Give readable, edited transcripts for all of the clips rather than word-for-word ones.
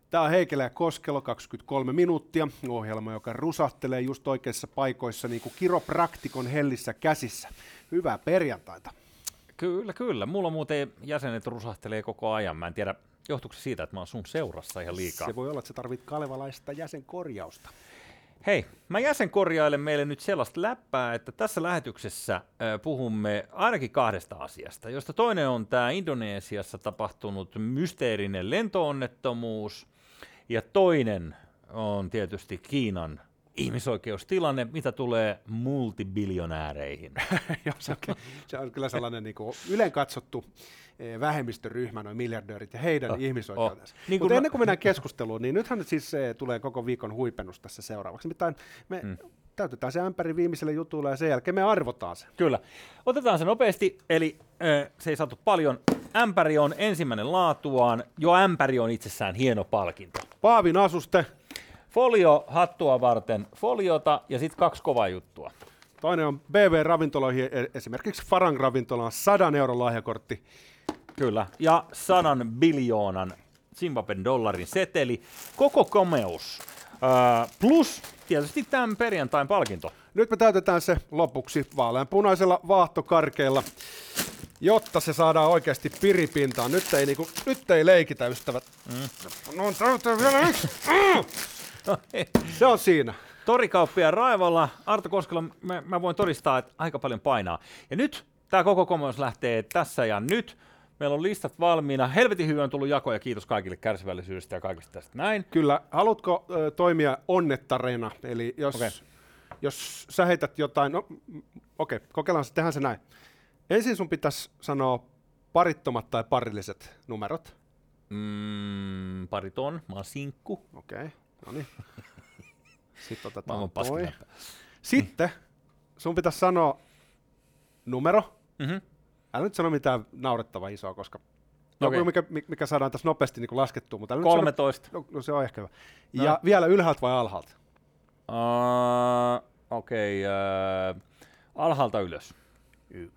Tämä on Heikelä ja Koskelo, 23 minuuttia. Ohjelma, joka rusahtelee just oikeissa paikoissa, niin kuin kiropraktikon hellissä käsissä. Hyvää perjantaita. Kyllä. Mulla muuten jäsenet rusahtelee koko ajan. Mä en tiedä, johtuuko se siitä, että mä oon sun seurassa ihan liikaa. Se voi olla, että sä tarvit kalevalaista jäsenkorjausta. Hei, mä jäsenkorjailen meille nyt sellaista läppää, että tässä lähetyksessä puhumme ainakin kahdesta asiasta, josta toinen on tämä Indonesiassa tapahtunut mysteerinen lentoonnettomuus, ja toinen on tietysti Kiinan ihmisoikeustilanne, mitä tulee multibiljonääreihin. Se on kyllä sellainen niin kuin ylen katsottu vähemmistöryhmä, noin miljardöörit ja heidän ihmisoikeutensa. Niin mutta ennen kuin mennään keskusteluun, niin nythän siis tulee koko viikon huipennus tässä seuraavaksi. Nimittäin me täytetään se ämpäri viimeiselle jutulle ja sen jälkeen me arvotaan se. Kyllä. Otetaan se nopeasti, eli se ei saatu paljon. Ämpäri on ensimmäinen laatuaan, jo ämpäri on itsessään hieno palkinto. Paavin asuste. Folio hattua varten foliota ja sitten 2 kovaa juttua. Toinen on BV-ravintoloihin, esimerkiksi Farang-ravintolaan 100 € lahjakortti. Kyllä, ja 100 biljoonan Zimbabwen dollarin seteli. Koko komeus. Plus tietysti tämän perjantain palkinto. Nyt me täytetään se lopuksi vaaleanpunaisella vaahtokarkeilla, jotta se saadaan oikeasti piripintaan. Nyt ei leikitä, ystävät. No täytyy vielä yksi. Se on siinä. Torikauppia Raivolla, Arto Koskela, mä voin todistaa, että aika paljon painaa. Ja nyt tämä koko komeus lähtee tässä ja nyt. Meillä on listat valmiina. Helvetin hyvin on tullut jakoja. Kiitos kaikille kärsivällisyydestä ja kaikista tästä näin. Kyllä. Haluatko toimia onnettarena? Eli jos sä heität jotain... kokeillaan se. Tehdään se näin. Ensin sun pitäisi sanoa parittomat tai parilliset numerot. Pariton. Mä oon sinkku. Okei. No niin. Sitten otetaan toi. Sitten sun pitäisi sanoa numero. Mm-hmm. Älä nyt sano mitään naurettavaa isoa, koska joku, mikä saadaan tässä nopeasti niin laskettua. Mutta 13. No se on ehkä hyvä. No. Ja vielä ylhäältä vai alhaalta? Alhaalta ylös. 1.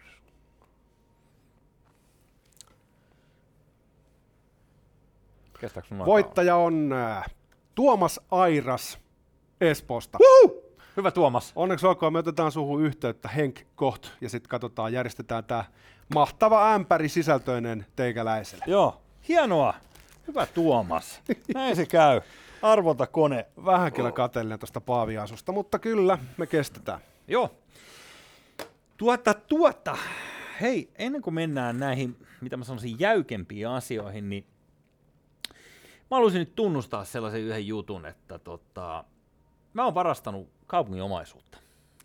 Voittaja on Tuomas Airas Espoosta. Hyvä Tuomas. Onneksi olkoon, me otetaan suhun yhteyttä Henk Koht ja sitten katsotaan, järjestetään tämä mahtava ämpäri sisältöinen teikäläiselle. Joo, hienoa. Hyvä Tuomas. Näin se käy. Arvonta kone. Vähän kyllä kateellinen tuosta paaviasusta, mutta kyllä, me kestetään. Joo. Hei, ennen kuin mennään näihin, mitä mä sanoisin, jäykempiin asioihin, niin mä haluaisin nyt tunnustaa sellaisen yhden jutun, että mä oon varastanut kaupungin omaisuutta.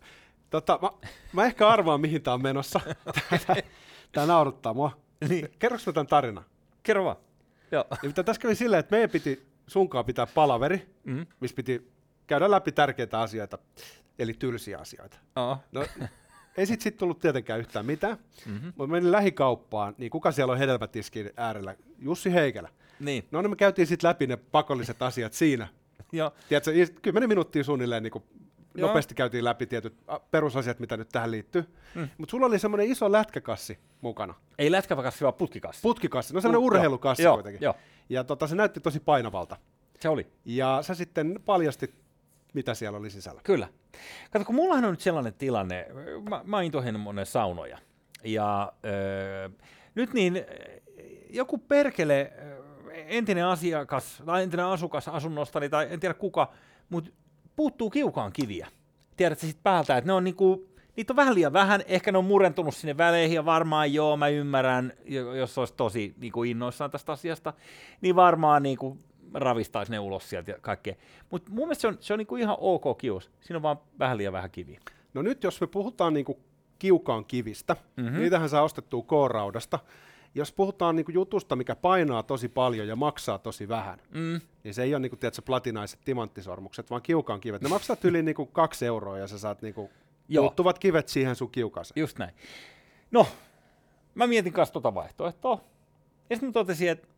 Mä ehkä arvaan, mihin tää on menossa. Tää naurattaa mua. Niin. Kerroks mä tämän tarinan? Kerro vaan. Joo. Tässä kävi silleen, että meidän piti sunkaan pitää palaveri, missä piti käydä läpi tärkeitä asioita, eli tylsiä asioita. No, ei sit tullut tietenkään yhtään mitään, mutta menin lähikauppaan, niin kuka siellä on hedelmätiskin äärellä? Jussi Heikelä. Niin. No niin me käytiin sitten läpi ne pakolliset asiat siinä. Joo. Tiedätkö, 10 minuuttia suunnilleen niin nopeasti käytiin läpi tietyt perusasiat, mitä nyt tähän liittyy. Mutta sulla oli semmoinen iso lätkäkassi mukana. Ei lätkäkassi, vaan putkikassi. Putkikassi, no semmoinen urheilukassi kuitenkin. Jo. Ja se näytti tosi painavalta. Se oli. Ja sä sitten paljastit, mitä siellä oli sisällä. Kyllä. Kato, kun mullahan on nyt sellainen tilanne, mä oon intohimoinen saunoja. Ja nyt niin joku perkele entinen asiakas tai entinen asukas asunnostani tai en tiedä kuka, mutta puuttuu kiukaan kiviä. Tiedätkö sit päältä, että ne on niinku, niitä on vähän liian vähän, ehkä ne on murentunut sinne väleihin ja varmaan joo, mä ymmärrän, jos olisi tosi niinku innoissaan tästä asiasta, niin varmaan niinku ravistaisi ne ulos sieltä ja kaikkea. Mutta mun mielestä se on niinku ihan ok kius, siinä on vaan vähän liian vähän kiviä. No nyt jos me puhutaan niinku kiukaan kivistä, niitähän saa ostettua K-raudasta. Jos puhutaan niinku jutusta, mikä painaa tosi paljon ja maksaa tosi vähän, niin se ei ole niinku, tiedätkö, platinaiset timanttisormukset, vaan kiukaan kivet. Ne maksaa yli niinku 2 € ja sä saat niinku puuttuvat kivet siihen sun kiukaaseen. Just näin. No, mä mietin kanssa tota vaihtoehtoa. Ja sitten mä totesin, että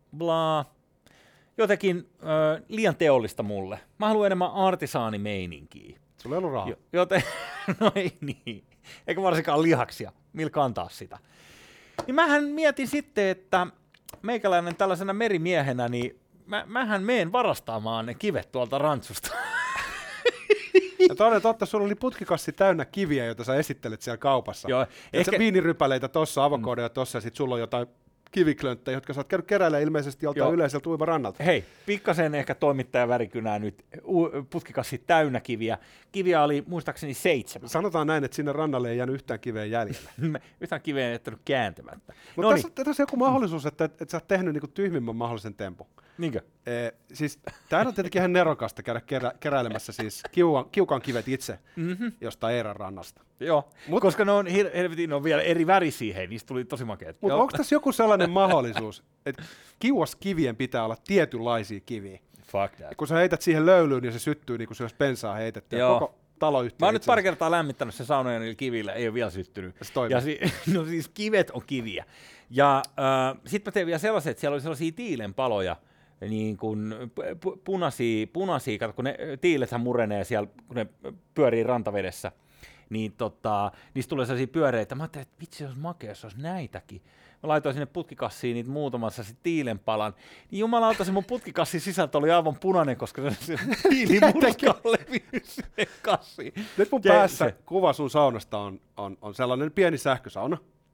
jotenkin liian teollista mulle. Mä haluan enemmän artisaanimeininkiä. Sulla ei ollut rahaa. Joten, no ei niin. Eikä varsinkaan lihaksia, millä kantaa sitä. Niin mähän mietin sitten, että meikäläinen tällaisena merimiehenä, niin mähän meen varastamaan ne kivet tuolta rantsusta. Ja toinen totta, sulla oli putkikassi täynnä kiviä, joita sä esittelet siellä kaupassa. Joo, ehkä viinirypäleitä tossa, avokadoja tossa, ja sit sulla on jotain kiviklönttejä, jotka sä oot käynyt keräilemään ilmeisesti joltain yleiseltä uimarannalta. Hei, pikkasen ehkä toimittaja värikynää nyt, putkikassi täynnä kiviä. Kiviä oli muistaakseni 7. Sanotaan näin, että sinne rannalle ei jäänyt yhtään kiveä jäljellä. Yhtään kiveä ei jättänyt kääntämättä. Mutta tässä on joku mahdollisuus, että sä oot tehnyt niinku tyhmimmän mahdollisen tempun. Niinkö? Siis tää on tietenkin ihan nerokasta käydä keräilemässä siis kiukaan kivet itse jostain Eeran rannasta. Joo, koska ne on helvetin on vielä eri värisiä, hei, niistä tuli tosi makeat. Mutta onko tässä joku sellainen mahdollisuus, että kiuaskivien pitää olla tietynlaisia kiviä? Fuck that. Ja kun sä heität siihen löylyyn, niin se syttyy niin kuin se olisi bensaa heitetty. Ja koko taloyhtiö. Mä oon nyt pari kertaa lämmittänyt se saunoja niillä kivillä, ei ole vielä syttynyt. No siis kivet on kiviä. Ja sit mä tein vielä sellaiset, että siellä oli sellaisia tiilenpaloja, niin kuin punaisia, kato, kun ne tiilethän murenee siellä, kun ne pyörii rantavedessä, niin niistä tulee sellaisia pyöreitä. Mä ajattelin, että vitsi, se olisi makea, jos olisi näitäkin. Mä laitoin sinne putkikassiin niitä muutamassa tiilenpalan. Niin jumalauta, se mun putkikassin sisältö oli aivan punainen, koska se tiilimurska on levinnyt sinne kassiin. Nyt mun päässä kuva sun saunasta on sellainen pieni sähkösauna,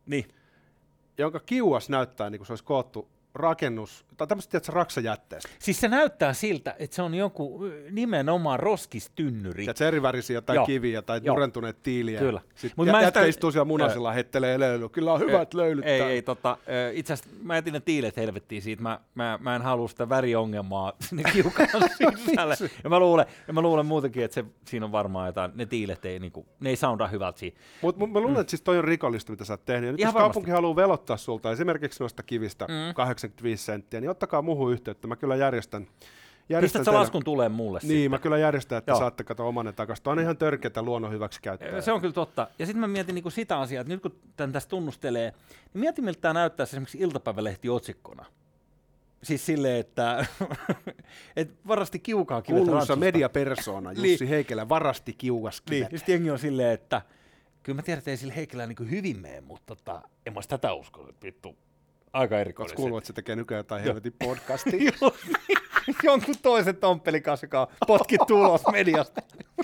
jonka kiuas näyttää niin kuin se olisi koottu rakennus, tai tämmöistä tiedätkö, raksajätteestä. Siis se näyttää siltä, että se on joku nimenomaan roskistynnyri. Tiedätkö, erivärisiä tai kiviä tai murentuneet tiiliä. Kyllä. Sitten jätkä istuu siellä munasilla, heittelee löylyä. Kyllä on hyvät löylyt. Itse asiassa mä jätin ne tiilet helvettiin siitä. Mä en halua sitä väriongelmaa sinne kiukaan sisälle. Ja mä luulen muutenkin, että siinä on varmaan jotain, ne tiilet ei, niinku, ne ei sounda hyvältä siinä. Mutta mä luulen, että siis toi on rikollista, mitä sä oot tehnyt. Ja nyt jos kaupunki haluaa velottaa sulta esimerkiksi noista kivistä 85 senttiä, niin ottakaa muuhun yhteyttä. Mä kyllä järjestän Pistät sä laskun tulee mulle niin, sitten. Mä kyllä järjestän, että saatte katsoa omanne takaisin. Tuo on ihan törkeätä luonnon hyväksikäyttöä. Se on kyllä totta. Ja sitten mä mietin niinku sitä asiaa, että nyt kun tämän tässä tunnustelee, niin mietin, miltä tämä näyttää esimerkiksi iltapäivälehti otsikkona. Siis silleen, että et varasti kiukaa kivet kuuluisa rantsusta. mediapersona Jussi Heikelä varasti kiuaskivet. Niin, jengi on silleen, että kyllä mä tiedän, että ei sillä Heikelä niin hyvin mene, mutta en mä tätä usko, että vittu. Aika erikoinen. Oletko kuullut, että se tekee nykyään jotain helvetin podcastia? Jonkun toisen tomppelin kanssa, joka potkittu ulos mediasta.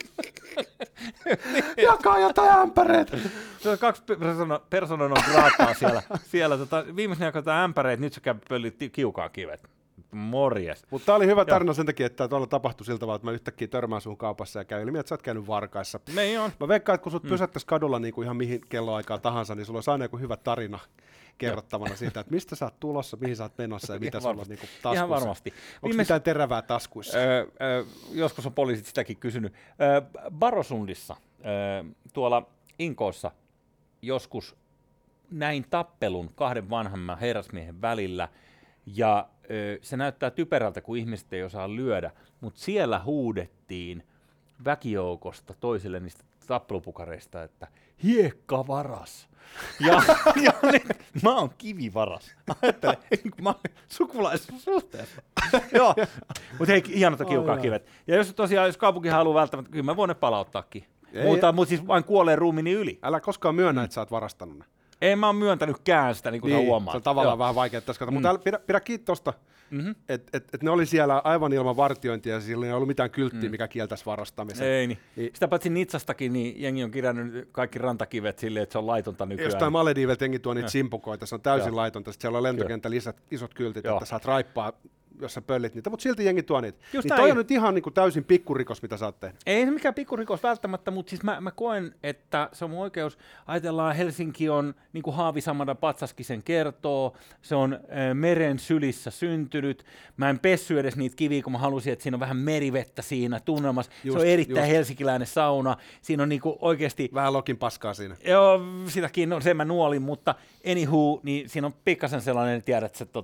Jakaa jotain ämpäreitä. Se on 2 persona non grataa siellä. Viimeisenä jakaa ämpäreitä, nyt se käy pöllit kiukaa kivet. Morjes. Mutta tää oli hyvä tarina sen takia, että tuolla tapahtui siltä vaan, että mä yhtäkkiä törmään sun kaupassa ja käy ilmi, että sä oot käynyt Varkaissa. Niin on. Mä veikkaan, että kun sut pysättäis kadulla niin kuin ihan mihin kelloaikaa tahansa, niin sulla olisi aina joku hyvä tarina kerrottavana siitä, että mistä sä oot tulossa, mihin sä oot menossa ja mitä sulla on niinku taskuissa. Ihan varmasti. Onko mitään terävää taskuissa? Joskus on poliisit sitäkin kysynyt. Barosundissa, tuolla Inkoossa, joskus näin tappelun 2 vanhemman herrasmiehen välillä, ja se näyttää typerältä, kun ihmiset ei osaa lyödä, mutta siellä huudettiin väkijoukosta toiselle niistä tappelupukareista, että hiekkavaras. Ja mä oon kivivaras. Ajattele, mä oon sukulaisessa suhteessa. Joo, mutta hei, hienota kiukaa kivet. Ja jos tosiaan, jos kaupunki haluaa välttämättä, kyllä mä voin ne palauttaakin. Mutta siis vain kuolee ruumiini yli. Älä koskaan myönnä, että sä oot varastanut ne. En mä oon myöntänytkään sitä, niin kuin sä huomaat. Se on tavallaan vähän vaikea tässä. Mutta pidä kiinni tosta, että ne oli siellä aivan ilman vartiointia, ja sillä ei ollut mitään kylttiä, mikä kieltäisi varastamisen. Ei niin. Sitä paitsi Nitsastakin, niin jengi on kirjannut kaikki rantakivet silleen, että se on laitonta nykyään. Jostain Malediiveltä jengi tuo niitä simpukoita, se on täysin laitonta. Sitten siellä on lentokentällä isot kyltit, että saat raippaa, jos sä pöllit niitä, mutta silti jengi tuo niitä. Niin toi on nyt ihan niin kuin täysin pikkurikos, mitä sä oot tehnyt. Ei se mikään pikkurikos välttämättä, mutta siis mä koen, että se on mun oikeus. Ajatellaan, Helsinki on, niin kuin Haavisamada Patsaskin sen kertoo, se on meren sylissä syntynyt. Mä en pessy edes niitä kiviä, kun mä halusin, että siinä on vähän merivettä siinä tunnelmassa. Se on erittäin helsinkiläinen sauna. Siinä on niin kuin oikeasti... Vähän lokin paskaa siinä. Joo, sitäkin on, sen mä nuolin, mutta anywho, niin siinä on pikkasen sellainen, tiedät, että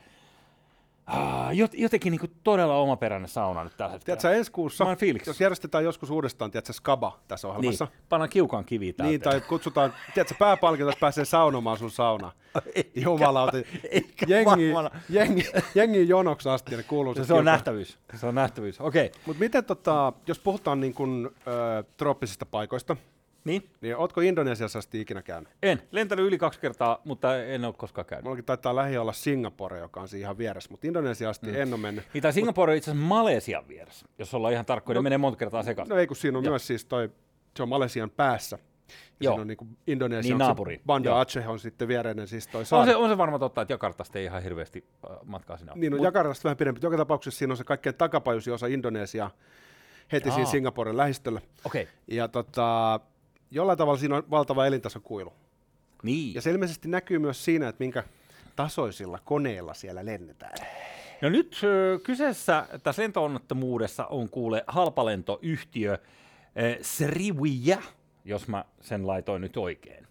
jotenkin niin kuin todella omaperäinen sauna nyt tällä hetkellä. Tiedätkö, ensi kuussa, jos järjestetään joskus uudestaan, tiedätkö, Skaba tässä ohjelmassa. Niin, pannaan kiukaan kiviä täältä. Niin, tai kutsutaan, tiedätkö, pääpalkinto, että pääsee saunomaan sun saunaan. Jumalauta. Jengi jonoksi asti, ja ne kuuluu. Se on nähtävyys. Se on nähtävyys, okei. Mutta miten, jos puhutaan niin kuin, trooppisista paikoista, Niin ootko Indonesiassa asti ikinä käynyt? En. Lentänyt yli 2 kertaa, mutta en ole koskaan käynyt. Mullakin taitaa lähi olla Singapore, joka on siinä ihan vieressä, mutta Indonesiassa asti en ole mennyt. Niin, tai Singapore on itse asiassa Malesian vieressä, jos ollaan ihan tarkkoja, menee monta kertaa sekaisin. No ei, kun siinä on myös siis se on Malesian päässä. Ja siinä on niin Indonesia, naapuri. Banda Aceh on sitten viereinen siis toi saari. On se varmaan totta, että Jakartasta ei ihan hirveästi matkaa sinne. Niin, Jakartasta vähän pidempi. Joka tapauksessa siinä on se kaikkein takapajuisin osa Indonesiaa heti siinä Singaporen lähistöllä. Okay. Ja jollain tavalla siinä on valtava elintasokuilu. Niin. Ja se ilmeisesti näkyy myös siinä, että minkä tasoisilla koneilla siellä lennetään. No nyt kyseessä tässä lentoonnettomuudessa on kuule halpalentoyhtiö Sriwijah, jos mä sen laitoin nyt oikein.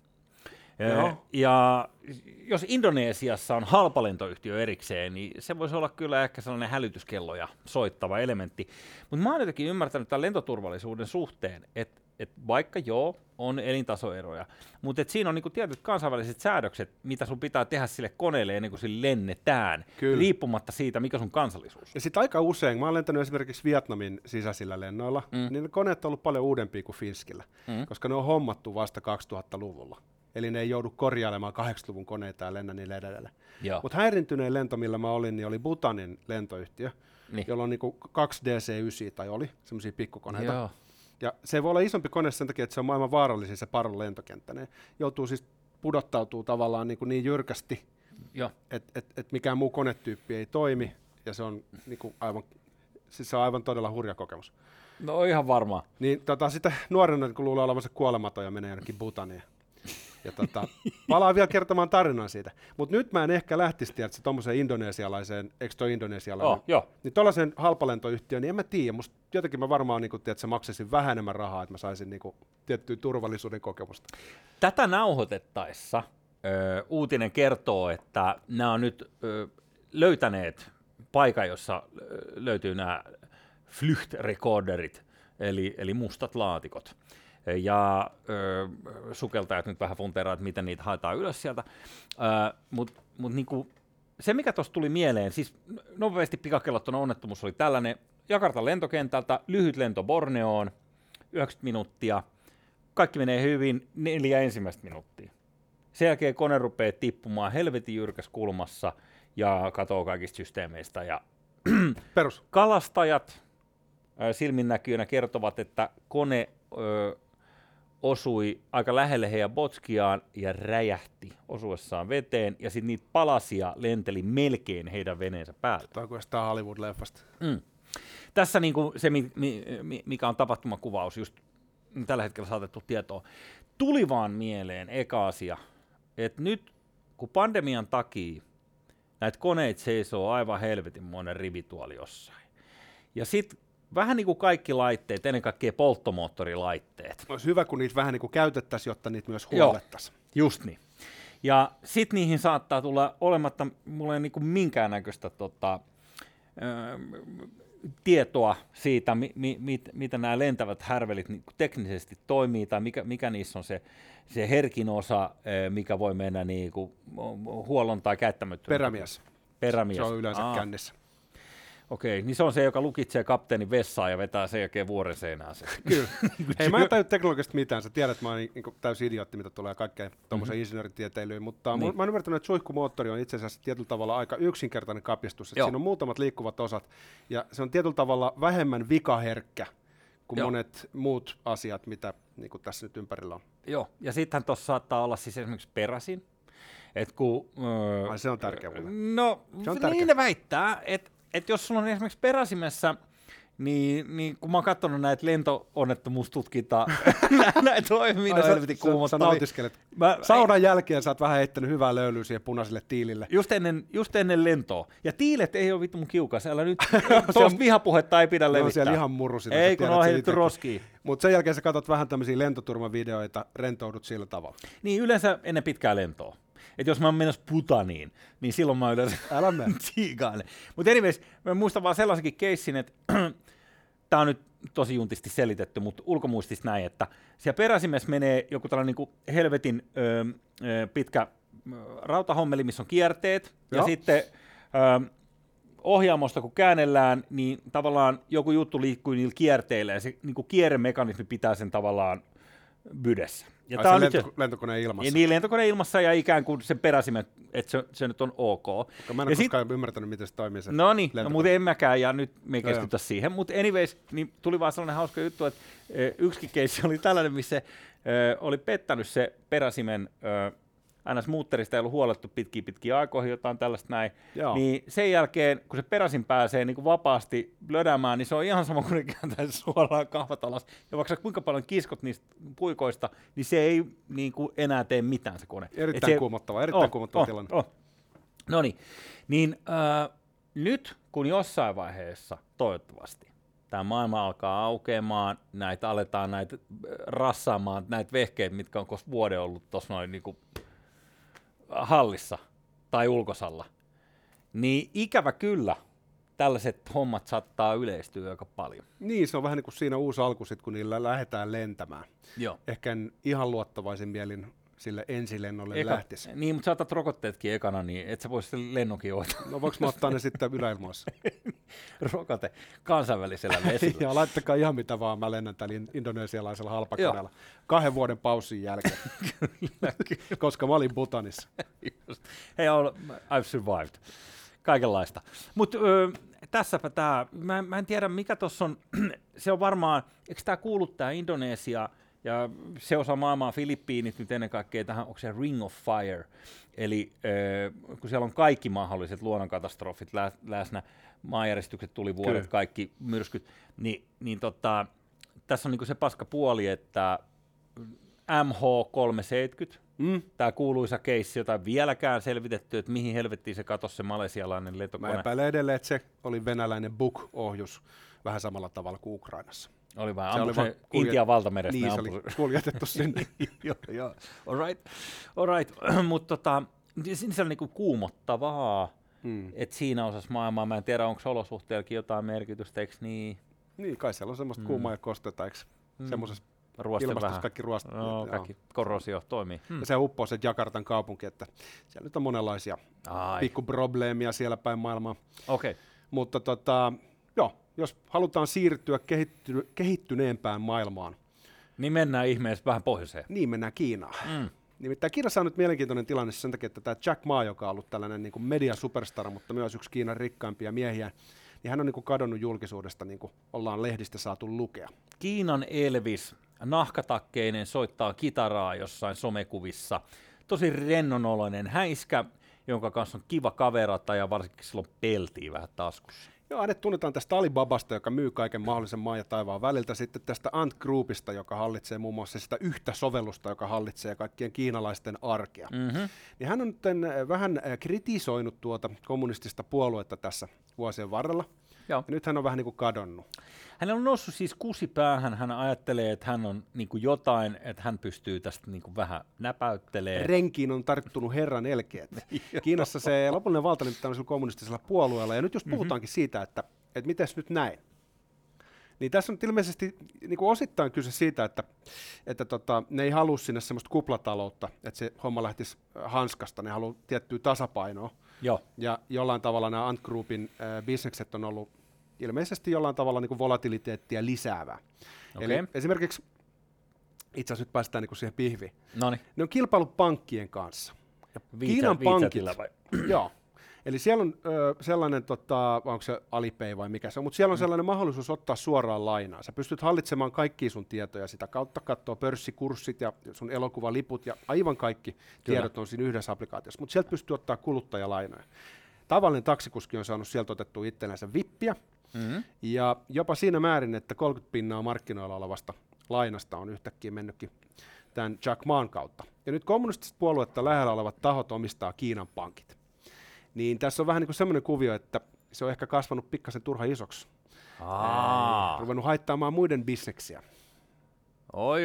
Ja jos Indonesiassa on halpalentoyhtiö erikseen, niin se voisi olla kyllä ehkä sellainen hälytyskelloja soittava elementti. Mutta mä oon jotenkin ymmärtänyt tämän lentoturvallisuuden suhteen, että vaikka on elintasoeroja, mutta siinä on niinku tietyt kansainväliset säädökset, mitä sun pitää tehdä sille koneelle ennen kuin sille lennetään, riippumatta siitä, mikä sun kansallisuus. Ja sitten aika usein, mä oon lentänyt esimerkiksi Vietnamin sisäisillä lennoilla, niin ne koneet on ollut paljon uudempia kuin Finskillä, koska ne on hommattu vasta 2000-luvulla. Eli ne ei joudu korjailemaan 80-luvun koneita ja lennä niille edelleen. Mutta häirintyneen lento, millä mä olin, niin oli Bhutanin lentoyhtiö, jolla on niinku 2 DC-9 tai oli semmoisia pikkukoneita. Joo. Ja se voi olla isompi kone sen takia, että se on maailman vaarallisin se Paron lentokenttä. Ne joutuu siis pudottautuu tavallaan niin jyrkästi, että mikään muu konetyyppi ei toimi, ja se on, se on aivan todella hurja kokemus. No ihan varmaan. Niin sitä nuorena, kun luulee olevansa kuolematon ja menee jonnekin Bhutaniin. Ja palaan vielä kertomaan tarinan siitä. Mutta nyt mä en ehkä lähtisi tietysti tuommoiseen indonesialaiseen, eikö toi indonesialainen? Niin tuollaisen halpalentoyhtiön, niin en mä tiedä. Musta jotenkin mä varmaan maksaisin vähän enemmän rahaa, että mä saisin tiettyä turvallisuuden kokemusta. Tätä nauhoitettaessa uutinen kertoo, että nämä on nyt löytäneet paikan, jossa löytyy nämä Fluchtrekorderit, eli mustat laatikot. Ja sukeltajat nyt vähän funteeraa, että miten niitä haetaan ylös sieltä. Mutta niinku, se, mikä tuossa tuli mieleen, siis nopeasti pikakellottuna onnettomuus oli tällainen. Jakartan lentokentältä, lyhyt lento Borneoon, 90 minuuttia. Kaikki menee hyvin, 4 ensimmäistä minuuttia. Sen jälkeen kone rupeaa tippumaan helvetin jyrkässä kulmassa ja katoo kaikista systeemeistä. Ja kalastajat silminnäkyjänä kertovat, että kone osui aika lähelle heidän botskiaan ja räjähti osuessaan veteen, ja sitten niitä palasia lenteli melkein heidän veneensä päälle. Tämä on kuin jostain Hollywood-leffasta. Tässä niinku se, mikä on tapahtumakuvaus, just tällä hetkellä saatettu tietoa. Tuli vaan mieleen eka asia, että nyt kun pandemian takia näitä koneita seisoo aivan helvetinmoinen rivituoli jossain, ja sitten vähän niin kuin kaikki laitteet, ennen kaikkea polttomoottorilaitteet. Olisi hyvä, kun niitä vähän niin kuin käytettäisiin, jotta niitä myös huolettaisiin. Just niin. Ja sitten niihin saattaa tulla olematta mulle niin kuin minkäännäköistä tietoa siitä, mitä nämä lentävät härvelit niin kuin teknisesti toimii, tai mikä niissä on se herkin osa, mikä voi mennä niin kuin huollon tai käyttämättömyyteen. Perämies. Se on yleensä kännissä. Okei, niin se on se, joka lukitsee kapteenin vessaan ja vetää sen jälkeen vuoren seinään. Kyllä. Hei, mä en tajua teknologisesti mitään. Sä tiedät, että mä oon niin täysin idiootti, mitä tulee kaikkeen tuommoiseen insinööritieteilyyn, mutta mä oon ymmärtänyt, että suihkumoottori on itse asiassa tietyllä tavalla aika yksinkertainen kapistus. Siinä on muutamat liikkuvat osat, ja se on tietyllä tavalla vähemmän vikaherkkä kuin monet muut asiat, mitä niin kuin tässä nyt ympärillä on. Joo, ja sittenhän tuossa saattaa olla siis esimerkiksi peräsin. Se on tärkeä mulle. No, niin ne väittää, että jos sulla on esimerkiksi peräsimessä, niin kun mä oon katsonut näitä lento-onnettomuustutkintaa, näitä toimii, helvetin kuumottavia. Sä nautiskelet. Saunan jälkeen sä oot vähän heittänyt hyvää löylyä siihen punaiselle tiilille. Just ennen lentoa. Ja tiilet ei ole vittu mun kiukas. Älä nyt, tuosta vihapuhetta ei pidä levittää. Ne on siellä ihan murusilla. Ei, kun on heitetty roskiin. Mutta sen jälkeen sä katsot vähän tämmöisiä lentoturmavideoita, rentoudut sillä tavalla. Niin, yleensä ennen pitkää lentoa. Että jos mä oon menossa Bhutaniin, niin silloin mä yleensä tsiikailen. Mutta anyways, mä muistan vaan sellaisenkin keissin, että tää on nyt tosi juntisti selitetty, mutta ulkomuistista näin, että siellä peräsimessä menee joku tällainen niin helvetin pitkä rautahommeli, missä on kierteet, ja sitten ohjaamosta kun käännellään, niin tavallaan joku juttu liikkuu niillä kierteillä, ja se niin kuin kierremekanismi pitää sen tavallaan Bydessä. Ja tää on lentokoneen ilmassa. Niin, lentokoneen ilmassa ja ikään kuin sen peräsimen, että se nyt on ok. Mä en ole koskaan ymmärtänyt, miten se toimii. No niin, mutta en mäkään, ja nyt me ei keskitytä siihen. Mutta anyways, niin tuli vaan sellainen hauska juttu, että yksikin keissi oli tällainen, missä oli pettänyt se peräsimen NS-muutterista, ei ollut huolettu pitkiä aikoihin, jotain tällaista näin. Joo. Niin sen jälkeen, kun se peräsin pääsee niin kuin vapaasti blödäämään, niin se on ihan sama kuin ne kääntäisi suoraan kahvat alas. Ja vaikka kuinka paljon kiskot niistä puikoista, niin se ei niin kuin enää tee mitään se kone. Erittäin kuumottava tilanne. No niin, nyt kun jossain vaiheessa, toivottavasti, tämä maailma alkaa aukeamaan, aletaan rassaamaan näitä vehkeitä, mitkä on kos vuoden ollut tuossa noin niin kuin hallissa tai ulkosalla, niin ikävä kyllä tällaiset hommat saattaa yleistyä aika paljon. Niin, se on vähän niin kuin siinä uusi alku, sit, kun niillä lähdetään lentämään. Joo. Ehkä en ihan luottavaisin mielin sille ensilennolle lähtisi. Niin, mutta sä otat rokotteetkin ekana, niin et sä vois sen lennonkin hoitaa. No voiko mä ottaa ne sitten yläilmoissa? Rokote kansainvälisellä vesillä. Ja laittakaa ihan mitä vaan, mä lennän täällä indonesialaisella halpakoneella 2 vuoden paussin jälkeen, koska mä olin Bhutanissa. Hei, I've survived. Kaikenlaista. Mutta tässäpä tämä, mä en tiedä mikä tuossa on, se on varmaan, eikö tämä kuulu tämä Indonesia, ja se osa maailmaa, Filippiinit nyt ennen kaikkea tähän, onko se Ring of Fire, eli kun siellä on kaikki mahdolliset luonnonkatastrofit läsnä, maanjäristykset, tulivuodet, kaikki myrskyt, niin tässä on niinku se paska puoli, että MH370, tämä kuuluisa keissi, jota ei vieläkään selvitetty, että mihin helvettiin se katosi se malesialainen lentokone. Mä epäilen edelleen, että se oli venäläinen Buk-ohjus vähän samalla tavalla kuin Ukrainassa. Oli vähän, ampu se Intian valtamerestä. Niin, se oli kuljetettu sinne. Joo. All right. Mutta se on niinku kuumottavaa, että siinä osassa maailmaa, mä en tiedä, onko olosuhteellakin jotain merkitystä, eikö niin? Niin, kai siellä on semmoista kuumaa ja kostetta, eikö semmoisessa ilmastossa vähän. Kaikki ruostat. No, kaikki korrosio toimii. Ja se uppoo se Jakartan kaupunki, että siellä nyt on monenlaisia pikkuprobleemia siellä päin maailmaa. Okay. Mutta jos halutaan siirtyä kehittyneempään maailmaan, niin mennään ihmeessä vähän pohjoiseen. Niin, mennään Kiinaan. Nimittäin Kiinassa on nyt mielenkiintoinen tilanne sen takia, että tämä Jack Ma, joka on ollut tällainen niin kuin media-superstar, mutta myös yksi Kiinan rikkaimpia miehiä, niin hän on niin kuin kadonnut julkisuudesta, niin kuin ollaan lehdistä saatu lukea. Kiinan Elvis, nahkatakkeinen, soittaa kitaraa jossain somekuvissa. Tosi rennonoloinen häiskä, jonka kanssa on kiva kaverata ja varsinkin silloin peltiä vähän taskussa. Joo, hänet tunnetaan tästä Alibabasta, joka myy kaiken mahdollisen maan ja taivaan väliltä, sitten tästä Ant Groupista, joka hallitsee muun muassa sitä yhtä sovellusta, joka hallitsee kaikkien kiinalaisten arkea. Niin hän on nyt vähän kritisoinut tuota kommunistista puoluetta tässä vuosien varrella, ja nyt hän on vähän niin kuin kadonnut. Hänellä on noussut siis kusipäähän, hän ajattelee, että hän on niin kuin jotain, että hän pystyy tästä niin kuin vähän näpäyttelemään. Renkiin on tarttunut herran elkeet. Kyynassa se lopullinen valta nimittäin on sillä kommunistisella puolueella, ja nyt jos puhutaankin siitä, että mites nyt näin, niin tässä on ilmeisesti niin kuin osittain kyse siitä, että ne ei halua sinne semmoista kuplataloutta, että se homma lähtisi hanskasta, ne haluaa tiettyä tasapainoa. Joo. Ja jollain tavalla nämä Ant Groupin bisnekset on ollut ilmeisesti jollain tavalla niin kuin volatiliteettia lisäävää. Okay. Eli esimerkiksi, itse asiassa nyt päästään niin kuin siihen pihviin, Noniin. Ne on kilpailut pankkien kanssa. Ja Kiinan pankit, joo, eli siellä on sellainen, onko se Alipay vai mikä se on, mutta siellä on sellainen mahdollisuus ottaa suoraan lainaa. Sä pystyt hallitsemaan kaikkia sun tietoja, sitä kautta katsoa pörssikurssit ja sun elokuvaliput ja aivan kaikki tiedot on siinä yhdessä applikaatiossa, mutta sieltä pystyy ottaa kuluttajalainoja. Tavallinen taksikuski on saanut sieltä otettua itsellensä vippiä, ja jopa siinä määrin, että 30% markkinoilla olevasta lainasta on yhtäkkiä mennytkin tämän Jack Maan kautta. Ja nyt kommunistista puoluetta lähellä olevat tahot omistaa Kiinan pankit. Niin tässä on vähän niin kuin semmoinen kuvio, että se on ehkä kasvanut pikkasen turha isoksi. Ruvennut haittaamaan muiden bisneksiä. Oi.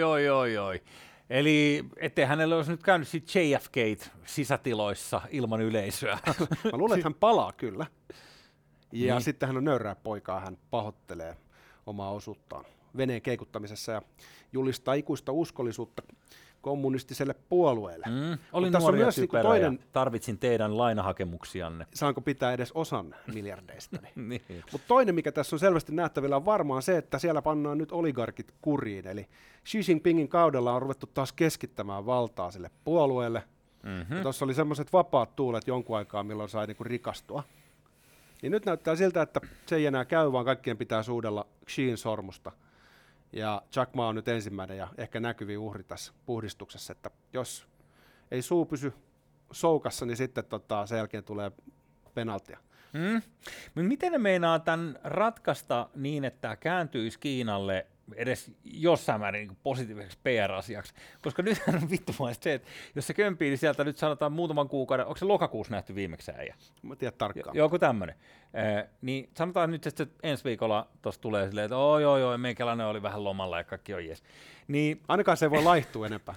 Eli ettei hänellä olisi nyt käynyt sit JFK sisätiloissa ilman yleisöä. Mä luulen, että hän palaa kyllä. Ja sitten hän on nöyrää poikaa, hän pahoittelee omaa osuuttaan veneen keikuttamisessa ja julistaa ikuista uskollisuutta kommunistiselle puolueelle. Olin tässä on nuori ja myös typerä toinen, ja tarvitsin teidän lainahakemuksianne. saanko pitää edes osan miljardeistani. Niin. Mutta toinen, mikä tässä on selvästi nähtävillä, on varmaan se, että siellä pannaan nyt oligarkit kuriin. Eli Xi Jinpingin kaudella on ruvettu taas keskittämään valtaa sille puolueelle. Ja tuossa oli semmoiset vapaat tuulet jonkun aikaa, milloin sai niinku rikastua. Niin nyt näyttää siltä, että se ei enää käy, vaan kaikkien pitää suudella Xiin sormusta. Ja Jack Ma on nyt ensimmäinen ja ehkä näkyvin uhri tässä puhdistuksessa, että jos ei suu pysy soukassa, niin sitten sen jälkeen tulee penaltia. Miten ne meinaa tämän ratkaista niin, että tämä kääntyisi Kiinalle edes jossain määrin niin positiiviseksi PR-asiaksi? Koska nythän on vittumaista se, että jos se kömpii, niin sieltä nyt sanotaan muutaman kuukauden, onko se lokakuussa nähty viimeksi äijä? Mä tiedän tarkkaan. Joku tämmöinen. Niin sanotaan nyt, että ensi viikolla tuossa tulee silleen, että joo, meikäläinen oli vähän lomalla ja kaikki on jees. Niin, ainakaan se ei voi laihtua enempää.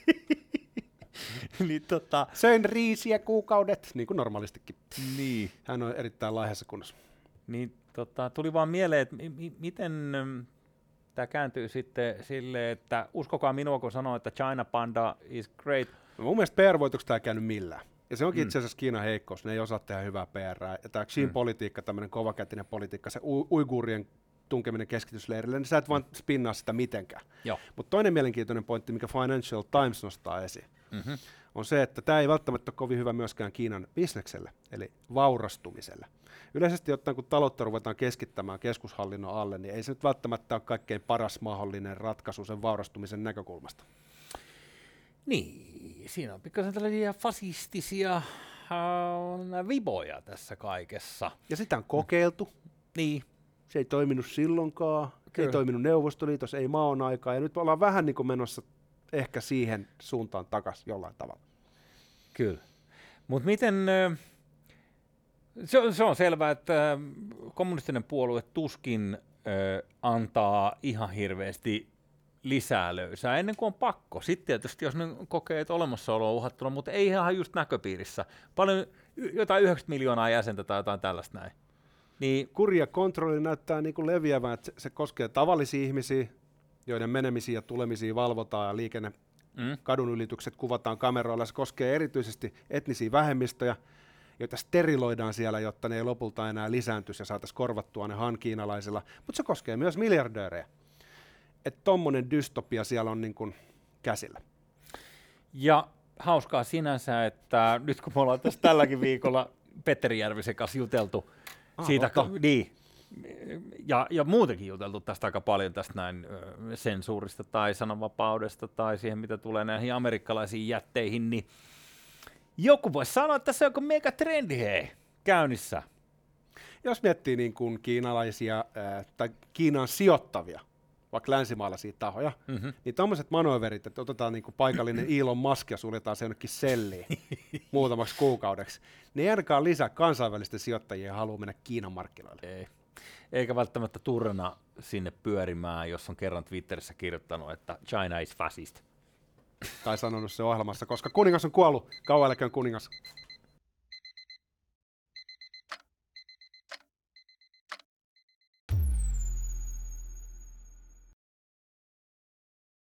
niin söin riisiä kuukaudet, niin kuin normaalistikin. Niin. Hän on erittäin laihassa kunnossa. Niin tuli vaan mieleen, että miten tämä kääntyy sitten silleen, että uskokaa minua, kun sanoo, että China Panda is great. No, mun mielestä PR-voitoksi tämä ei käynyt millään. Ja se onkin itse asiassa Kiinan heikkous, ne ei osaa tehdä hyvää PR. Ja tämä Xiin politiikka, tämmöinen kovakätinen politiikka, se uiguurien tunkeminen kehitysleirille, niin sä et vaan spinnaa sitä mitenkään. Mutta toinen mielenkiintoinen pointti, mikä Financial Times nostaa esiin, on se, että tämä ei välttämättä ole kovin hyvä myöskään Kiinan bisnekselle, eli vaurastumiselle. Yleisesti ottaen, kun taloutta ruvetaan keskittämään keskushallinnon alle, niin ei se nyt välttämättä ole kaikkein paras mahdollinen ratkaisu sen vaurastumisen näkökulmasta. Niin, siinä on pikkasen tällaisia fasistisia viboja tässä kaikessa. Ja sitä on kokeiltu. Niin. Se ei toiminut silloinkaan, ei toiminut Neuvostoliitossa, ei Maon aikaa, ja nyt ollaan vähän niin kuin menossa ehkä siihen suuntaan takaisin jollain tavalla. Kyllä. Mutta miten, se on selvää, että kommunistinen puolue tuskin antaa ihan hirveästi lisää löysää ennen kuin on pakko. Sitten tietysti, jos ne kokee, että olemassaolo on uhattuna, mutta ei ihan just näköpiirissä. Paljon, jotain 90 miljoonaa jäsentä tai jotain tällaista näin. Niin, kuri ja kontrolli näyttää niin kuin leviävän, että se koskee tavallisia ihmisiä, joiden menemisiä ja tulemisia valvotaan ja kadun ylitykset kuvataan kameroilla. Se koskee erityisesti etnisiä vähemmistöjä, joita steriloidaan siellä, jotta ne ei lopulta enää lisääntyisi ja saataisiin korvattua ne hankiinalaisilla. Mutta se koskee myös miljardöörejä. Että tommonen dystopia siellä on niin kuin käsillä. Ja hauskaa sinänsä, että nyt kun me ollaan tässä tälläkin viikolla Petteri Järvisen kanssa juteltu siitä, niin, ja muutenkin juteltu tästä aika paljon tästä näin sensuurista tai sananvapaudesta tai siihen, mitä tulee näihin amerikkalaisiin jätteihin, niin joku voisi sanoa, että tässä on joku megatrendi käynnissä. Jos miettii niin kuin kiinalaisia tai Kiinaan sijoittavia, vaikka länsimaalaisia tahoja, niin tommoset manöverit, että otetaan niin kuin paikallinen Elon Musk ja suljetaan se jonnekin selliin muutamaksi kuukaudeksi, niin ei ainakaan lisää kansainvälisten sijoittajien halua mennä Kiinan markkinoille. Ei. Eikä välttämättä turna sinne pyörimään, jos on kerran Twitterissä kirjoittanut, että China is fascist. Tai sanonut se ohjelmassa, koska kuningas on kuollut, kauan eläköön kuningas.